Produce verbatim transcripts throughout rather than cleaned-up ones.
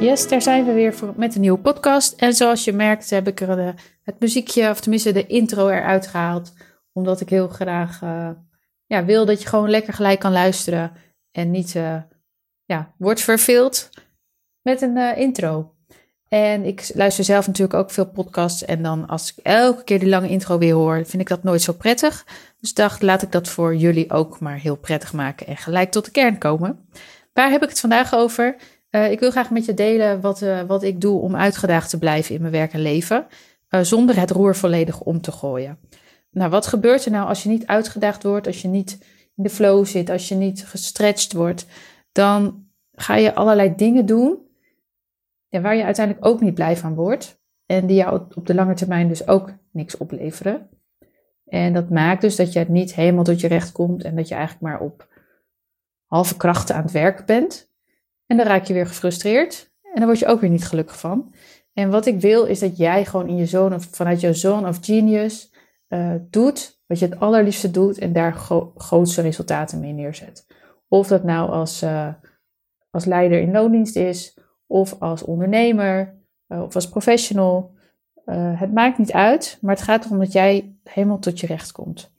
Yes, daar zijn we weer voor, met een nieuwe podcast. En zoals je merkt heb ik er de, het muziekje, of tenminste de intro eruit gehaald. Omdat ik heel graag uh, ja, wil dat je gewoon lekker gelijk kan luisteren. En niet uh, ja, wordt verveeld met een uh, intro. En ik luister zelf natuurlijk ook veel podcasts. En dan als ik elke keer die lange intro weer hoor, vind ik dat nooit zo prettig. Dus dacht, laat ik dat voor jullie ook maar heel prettig maken. En gelijk tot de kern komen. Waar heb ik het vandaag over? Uh, ik wil graag met je delen wat, uh, wat ik doe om uitgedaagd te blijven in mijn werk en leven. Uh, zonder het roer volledig om te gooien. Nou, wat gebeurt er nou als je niet uitgedaagd wordt, als je niet in de flow zit, als je niet gestretched wordt? Dan ga je allerlei dingen doen ja, waar je uiteindelijk ook niet blij van wordt. En die jou op de lange termijn dus ook niks opleveren. En dat maakt dus dat je het niet helemaal tot je recht komt en dat je eigenlijk maar op halve krachten aan het werken bent. En dan raak je weer gefrustreerd en dan word je ook weer niet gelukkig van. En wat ik wil is dat jij gewoon in je zone of, vanuit jouw zone of genius uh, doet wat je het allerliefste doet en daar gro- grootste resultaten mee neerzet. Of dat nou als, uh, als leider in loondienst is, of als ondernemer, uh, of als professional. Uh, het maakt niet uit, maar het gaat erom dat jij helemaal tot je recht komt.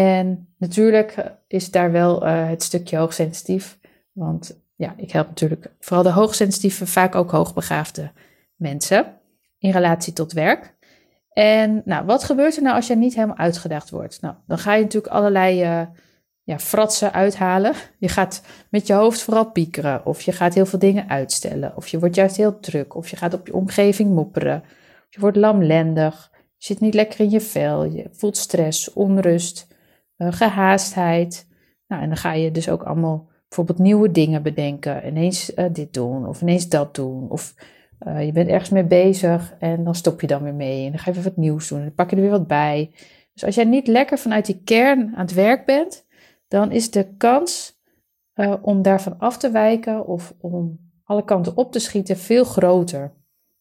En natuurlijk is daar wel uh, het stukje hoogsensitief, want ja, ik help natuurlijk vooral de hoogsensitieve, vaak ook hoogbegaafde mensen in relatie tot werk. En nou, wat gebeurt er nou als je niet helemaal uitgedaagd wordt? Nou, dan ga je natuurlijk allerlei uh, ja, fratsen uithalen. Je gaat met je hoofd vooral piekeren, of je gaat heel veel dingen uitstellen, of je wordt juist heel druk, of je gaat op je omgeving mopperen, of je wordt lamlendig, je zit niet lekker in je vel, je voelt stress, onrust, uh, gehaastheid. Nou, en dan ga je dus ook allemaal bijvoorbeeld nieuwe dingen bedenken, ineens uh, dit doen of ineens dat doen. Of uh, je bent ergens mee bezig en dan stop je dan weer mee en dan ga je weer wat nieuws doen en dan pak je er weer wat bij. Dus als jij niet lekker vanuit die kern aan het werk bent, dan is de kans uh, om daarvan af te wijken of om alle kanten op te schieten veel groter.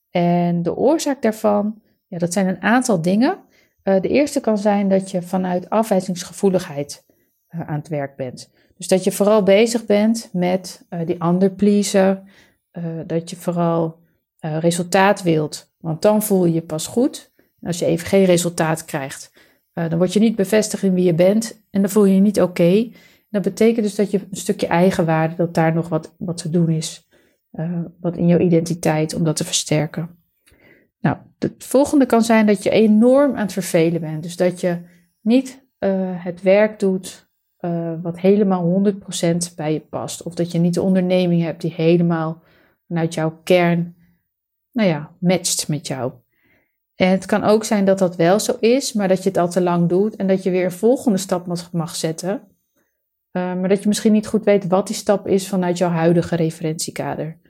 En de oorzaak daarvan, ja, dat zijn een aantal dingen. Uh, de eerste kan zijn dat je vanuit afwijzingsgevoeligheid uh, aan het werk bent. Dus dat je vooral bezig bent met uh, die ander pleasen, uh, dat je vooral uh, resultaat wilt, want dan voel je je pas goed. En als je even geen resultaat krijgt, uh, dan word je niet bevestigd in wie je bent en dan voel je je niet oké. Okay. Dat betekent dus dat je een stukje eigenwaarde, dat daar nog wat, wat te doen is, uh, wat in jouw identiteit om dat te versterken. Nou, het volgende kan zijn dat je enorm aan het vervelen bent, dus dat je niet uh, het werk doet Uh, wat helemaal honderd procent bij je past. Of dat je niet de onderneming hebt die helemaal vanuit jouw kern, nou ja, matcht met jou. En het kan ook zijn dat dat wel zo is, maar dat je het al te lang doet en dat je weer een volgende stap mag, mag zetten. Uh, maar dat je misschien niet goed weet wat die stap is vanuit jouw huidige referentiekader.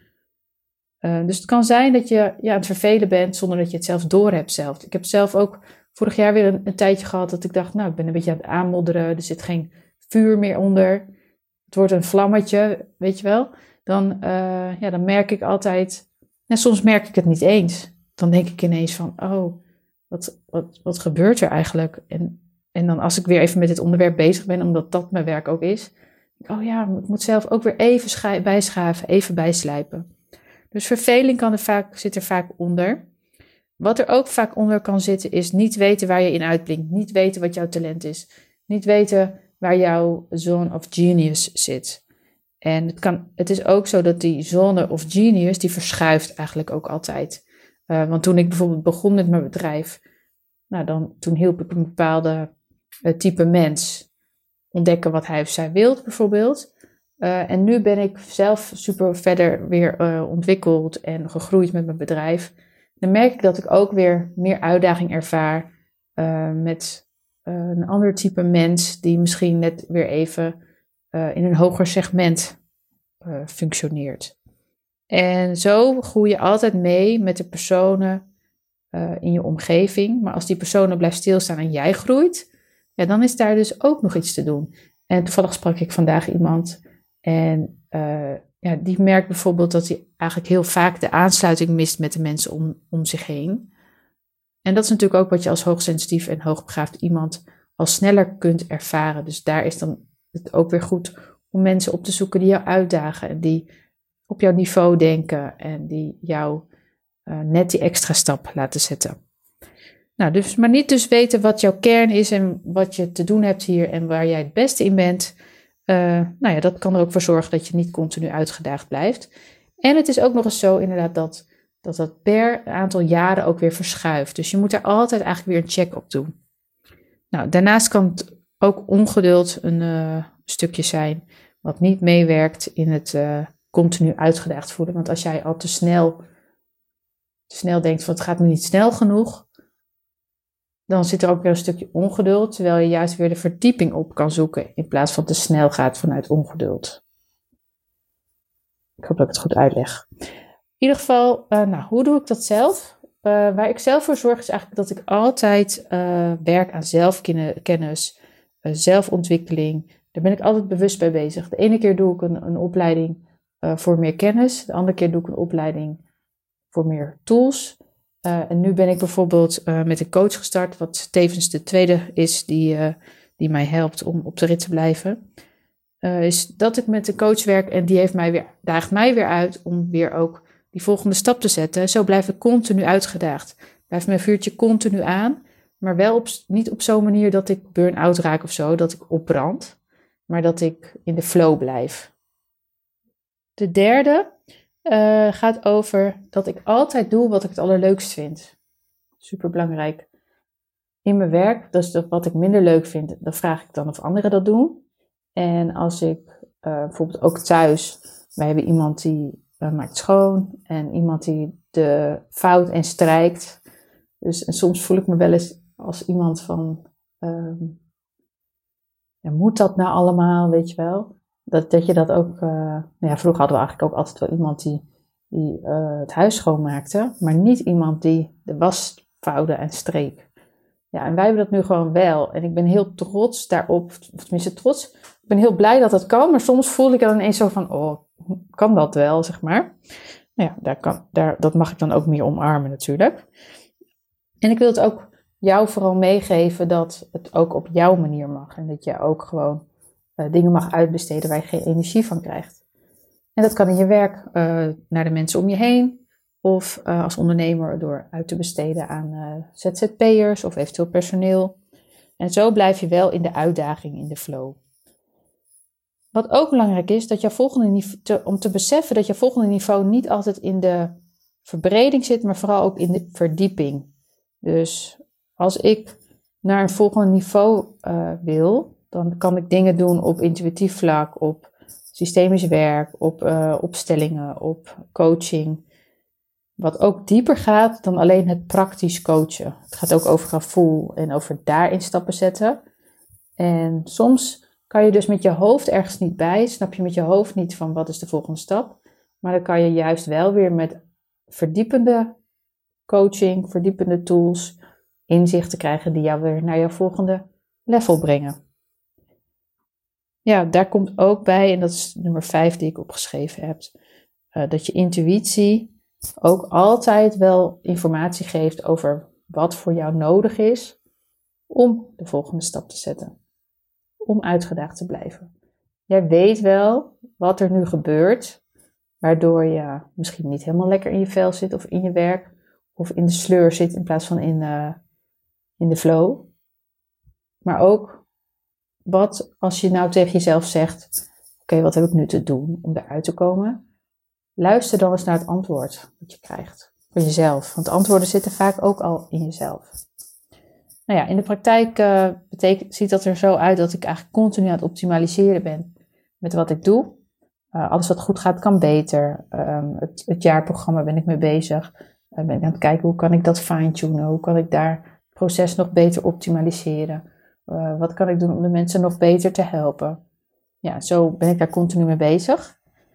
Uh, dus het kan zijn dat je ja, aan het vervelen bent zonder dat je het zelf doorhebt zelf. Ik heb zelf ook vorig jaar weer een, een tijdje gehad dat ik dacht, nou, ik ben een beetje aan het aanmodderen, er zit geen vuur meer onder, het wordt een vlammetje, weet je wel, dan, uh, ja, dan merk ik altijd, en soms merk ik het niet eens. Dan denk ik ineens van, oh, wat, wat, wat gebeurt er eigenlijk? En, en dan als ik weer even met dit onderwerp bezig ben, omdat dat mijn werk ook is, oh ja, ik moet zelf ook weer even scha- bijschaven, even bijslijpen. Dus verveling kan er vaak, zit er vaak onder. Wat er ook vaak onder kan zitten, is niet weten waar je in uitblinkt, niet weten wat jouw talent is, niet weten waar jouw zone of genius zit. En het, kan, het is ook zo dat die zone of genius, die verschuift eigenlijk ook altijd. Uh, want toen ik bijvoorbeeld begon met mijn bedrijf, nou dan, toen hielp ik een bepaalde uh, type mens ontdekken wat hij of zij wil bijvoorbeeld. Uh, en nu ben ik zelf super verder weer uh, ontwikkeld en gegroeid met mijn bedrijf. Dan merk ik dat ik ook weer meer uitdaging ervaar uh, met Uh, een ander type mens die misschien net weer even uh, in een hoger segment uh, functioneert. En zo groei je altijd mee met de personen uh, in je omgeving. Maar als die personen blijft stilstaan en jij groeit, ja, dan is daar dus ook nog iets te doen. En toevallig sprak ik vandaag iemand en uh, ja, die merkt bijvoorbeeld dat hij eigenlijk heel vaak de aansluiting mist met de mensen om, om zich heen. En dat is natuurlijk ook wat je als hoogsensitief en hoogbegaafd iemand al sneller kunt ervaren. Dus daar is dan het ook weer goed om mensen op te zoeken die jou uitdagen en die op jouw niveau denken en die jou uh, net die extra stap laten zetten. Nou, dus maar niet dus weten wat jouw kern is en wat je te doen hebt hier en waar jij het beste in bent. Uh, nou ja, dat kan er ook voor zorgen dat je niet continu uitgedaagd blijft. En het is ook nog eens zo inderdaad dat dat, dat per aantal jaren ook weer verschuift. Dus je moet er altijd eigenlijk weer een check op doen. Nou, daarnaast kan het ook ongeduld een uh, stukje zijn wat niet meewerkt in het uh, continu uitgedaagd voelen. Want als jij al te snel, te snel denkt van het gaat me niet snel genoeg, dan zit er ook weer een stukje ongeduld, terwijl je juist weer de verdieping op kan zoeken in plaats van te snel gaat vanuit ongeduld. Ik hoop dat ik het goed uitleg. In ieder geval, uh, nou, hoe doe ik dat zelf? Uh, waar ik zelf voor zorg is eigenlijk dat ik altijd uh, werk aan zelfkennis, uh, zelfontwikkeling. Daar ben ik altijd bewust bij bezig. De ene keer doe ik een, een opleiding uh, voor meer kennis. De andere keer doe ik een opleiding voor meer tools. Uh, en nu ben ik bijvoorbeeld uh, met een coach gestart, wat tevens de tweede is die, uh, die mij helpt om op de rit te blijven. Uh, is dat ik met een coach werk en die heeft mij weer, daagt mij weer uit om weer ook die volgende stap te zetten. Zo blijf ik continu uitgedaagd. Blijft mijn vuurtje continu aan, maar wel op, niet op zo'n manier dat ik burn-out raak of zo, dat ik opbrand, maar dat ik in de flow blijf. De derde uh, gaat over dat ik altijd doe wat ik het allerleukst vind. Super belangrijk. In mijn werk, dus dat wat ik minder leuk vind, dan vraag ik dan of anderen dat doen. En als ik uh, bijvoorbeeld ook thuis, wij hebben iemand die uh, maakt schoon en iemand die de vouwt en strijkt. Dus en soms voel ik me wel eens als iemand van, um, ja, moet dat nou allemaal, weet je wel? Dat, dat je dat ook, uh, nou ja, vroeger hadden we eigenlijk ook altijd wel iemand die, die uh, het huis schoonmaakte, maar niet iemand die de was vouwde en streek. Ja, en wij hebben dat nu gewoon wel. En ik ben heel trots daarop, of tenminste trots. Ik ben heel blij dat dat kan, maar soms voel ik dan ineens zo van, oh, kan dat wel, zeg maar. Nou ja, daar kan, daar, dat mag ik dan ook meer omarmen natuurlijk. En ik wil het ook jou vooral meegeven dat het ook op jouw manier mag. En dat je ook gewoon uh, dingen mag uitbesteden waar je geen energie van krijgt. En dat kan in je werk uh, naar de mensen om je heen. Of uh, als ondernemer door uit te besteden aan uh, Z Z P'ers of eventueel personeel. En zo blijf je wel in de uitdaging, in de flow. Wat ook belangrijk is, dat jouw volgende niveau, te, om te beseffen dat je volgende niveau niet altijd in de verbreding zit, maar vooral ook in de verdieping. Dus als ik naar een volgende niveau uh, wil, dan kan ik dingen doen op intuïtief vlak, op systemisch werk, op uh, opstellingen, op coaching. Wat ook dieper gaat dan alleen het praktisch coachen. Het gaat ook over gevoel en over daarin stappen zetten. En soms kan je dus met je hoofd ergens niet bij. Snap je met je hoofd niet van wat is de volgende stap. Maar dan kan je juist wel weer met verdiepende coaching, verdiepende tools, inzichten krijgen die jou weer naar jouw volgende level brengen. Ja, daar komt ook bij, en dat is nummer vijf die ik opgeschreven heb, uh, dat je intuïtie ook altijd wel informatie geeft over wat voor jou nodig is om de volgende stap te zetten. Om uitgedaagd te blijven. Jij weet wel wat er nu gebeurt, waardoor je misschien niet helemaal lekker in je vel zit of in je werk, of in de sleur zit in plaats van in, uh, in de flow. Maar ook wat als je nou tegen jezelf zegt, oké, okay, wat heb ik nu te doen om eruit te komen? Luister dan eens naar het antwoord dat je krijgt voor jezelf. Want de antwoorden zitten vaak ook al in jezelf. Nou ja, in de praktijk uh, betekent, ziet dat er zo uit dat ik eigenlijk continu aan het optimaliseren ben met wat ik doe. Uh, alles wat goed gaat kan beter. Um, het, het jaarprogramma ben ik mee bezig. Uh, ben ik aan het kijken hoe kan ik dat fine-tunen. Hoe kan ik daar het proces nog beter optimaliseren. Uh, wat kan ik doen om de mensen nog beter te helpen. Ja, zo ben ik daar continu mee bezig.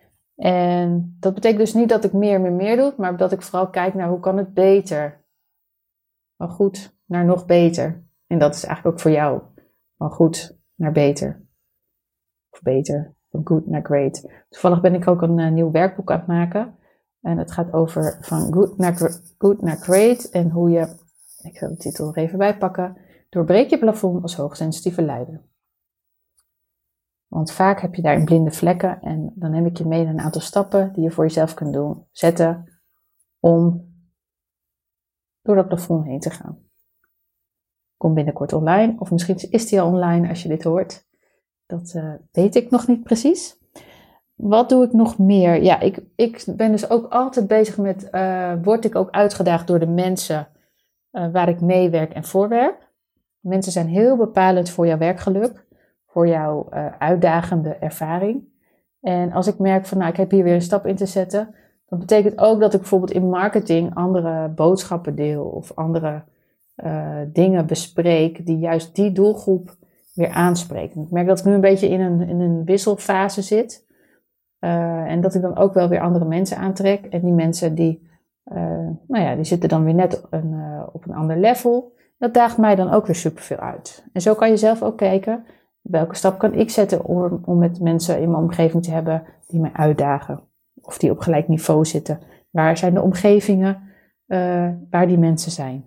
En dat betekent dus niet dat ik meer, meer, meer doe, maar dat ik vooral kijk naar hoe kan het beter. Van goed naar nog beter. En dat is eigenlijk ook voor jou. Van goed naar beter. Of beter. Van good naar great. Toevallig ben ik ook een uh, nieuw werkboek aan het maken. En het gaat over van good naar, good naar great. En hoe je, ik zal de titel er even bij pakken. Doorbreek je plafond als hoogsensitieve leider. Want vaak heb je daarin blinde vlekken en dan neem ik je mee naar een aantal stappen die je voor jezelf kunt doen, zetten om door dat plafond heen te gaan. Kom binnenkort online, of misschien is die al online als je dit hoort. Dat uh, weet ik nog niet precies. Wat doe ik nog meer? Ja, ik, ik ben dus ook altijd bezig met, uh, word ik ook uitgedaagd door de mensen uh, waar ik meewerk en voor werk. Mensen zijn heel bepalend voor jouw werkgeluk, voor jouw uh, uitdagende ervaring. En als ik merk van, nou, ik heb hier weer een stap in te zetten, dat betekent ook dat ik bijvoorbeeld in marketing andere boodschappen deel of andere uh, dingen bespreek die juist die doelgroep weer aanspreken. Ik merk dat ik nu een beetje in een, in een wisselfase zit. Uh, en dat ik dan ook wel weer andere mensen aantrek. En die mensen die, uh, nou ja, die zitten dan weer net een, uh, op een ander level. Dat daagt mij dan ook weer superveel uit. En zo kan je zelf ook kijken, welke stap kan ik zetten om, om met mensen in mijn omgeving te hebben die mij uitdagen. Of die op gelijk niveau zitten. Waar zijn de omgevingen uh, waar die mensen zijn?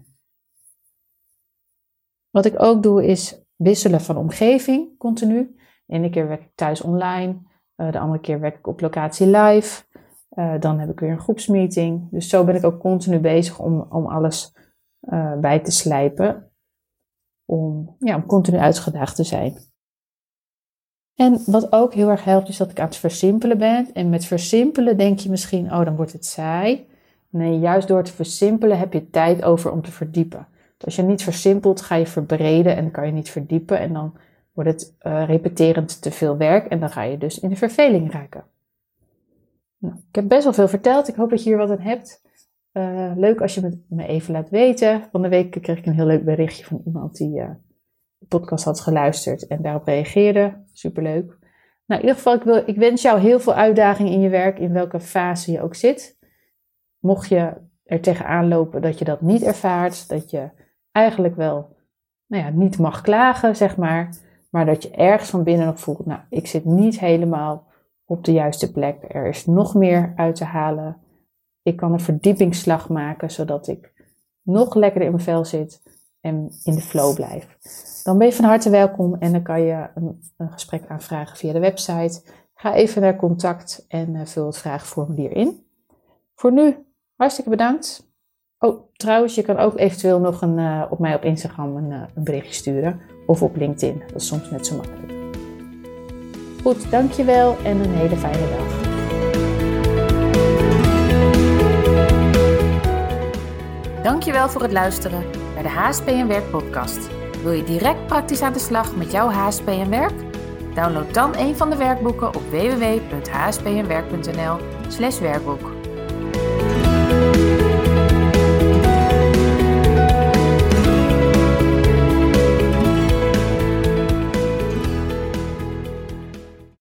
Wat ik ook doe is wisselen van omgeving continu. De ene keer werk ik thuis online. Uh, de andere keer werk ik op locatie live. Uh, dan heb ik weer een groepsmeeting. Dus zo ben ik ook continu bezig om, om alles uh, bij te slijpen. Om, ja, om continu uitgedaagd te zijn. En wat ook heel erg helpt is dat ik aan het versimpelen ben. En met versimpelen denk je misschien, oh dan wordt het saai. Nee, juist door te versimpelen heb je tijd over om te verdiepen. Dus als je niet versimpelt ga je verbreden en dan kan je niet verdiepen. En dan wordt het uh, repeterend te veel werk en dan ga je dus in de verveling raken. Nou, ik heb best wel veel verteld. Ik hoop dat je hier wat aan hebt. Uh, leuk als je het me even laat weten. Van de week kreeg ik een heel leuk berichtje van iemand die uh, de podcast had geluisterd en daarop reageerde. Superleuk. Nou, in ieder geval, ik, wil, ik wens jou heel veel uitdaging in je werk, in welke fase je ook zit. Mocht je er tegenaan lopen dat je dat niet ervaart, dat je eigenlijk wel nou ja, niet mag klagen, zeg maar, maar dat je ergens van binnen nog voelt, nou, ik zit niet helemaal op de juiste plek. Er is nog meer uit te halen. Ik kan een verdiepingsslag maken, zodat ik nog lekkerder in mijn vel zit en in de flow blijf. Dan ben je van harte welkom en dan kan je een, een gesprek aanvragen via de website. Ga even naar contact en uh, vul het vragenformulier in. Voor nu, hartstikke bedankt. Oh, trouwens, je kan ook eventueel nog een, uh, op mij op Instagram een, uh, een berichtje sturen. Of op LinkedIn, dat is soms net zo makkelijk. Goed, dankjewel en een hele fijne dag. Dankjewel voor het luisteren naar de H S P en Werk podcast. Wil je direct praktisch aan de slag met jouw H S P en Werk? Download dan een van de werkboeken op w w w punt h s p en werk punt n l slash werkboek.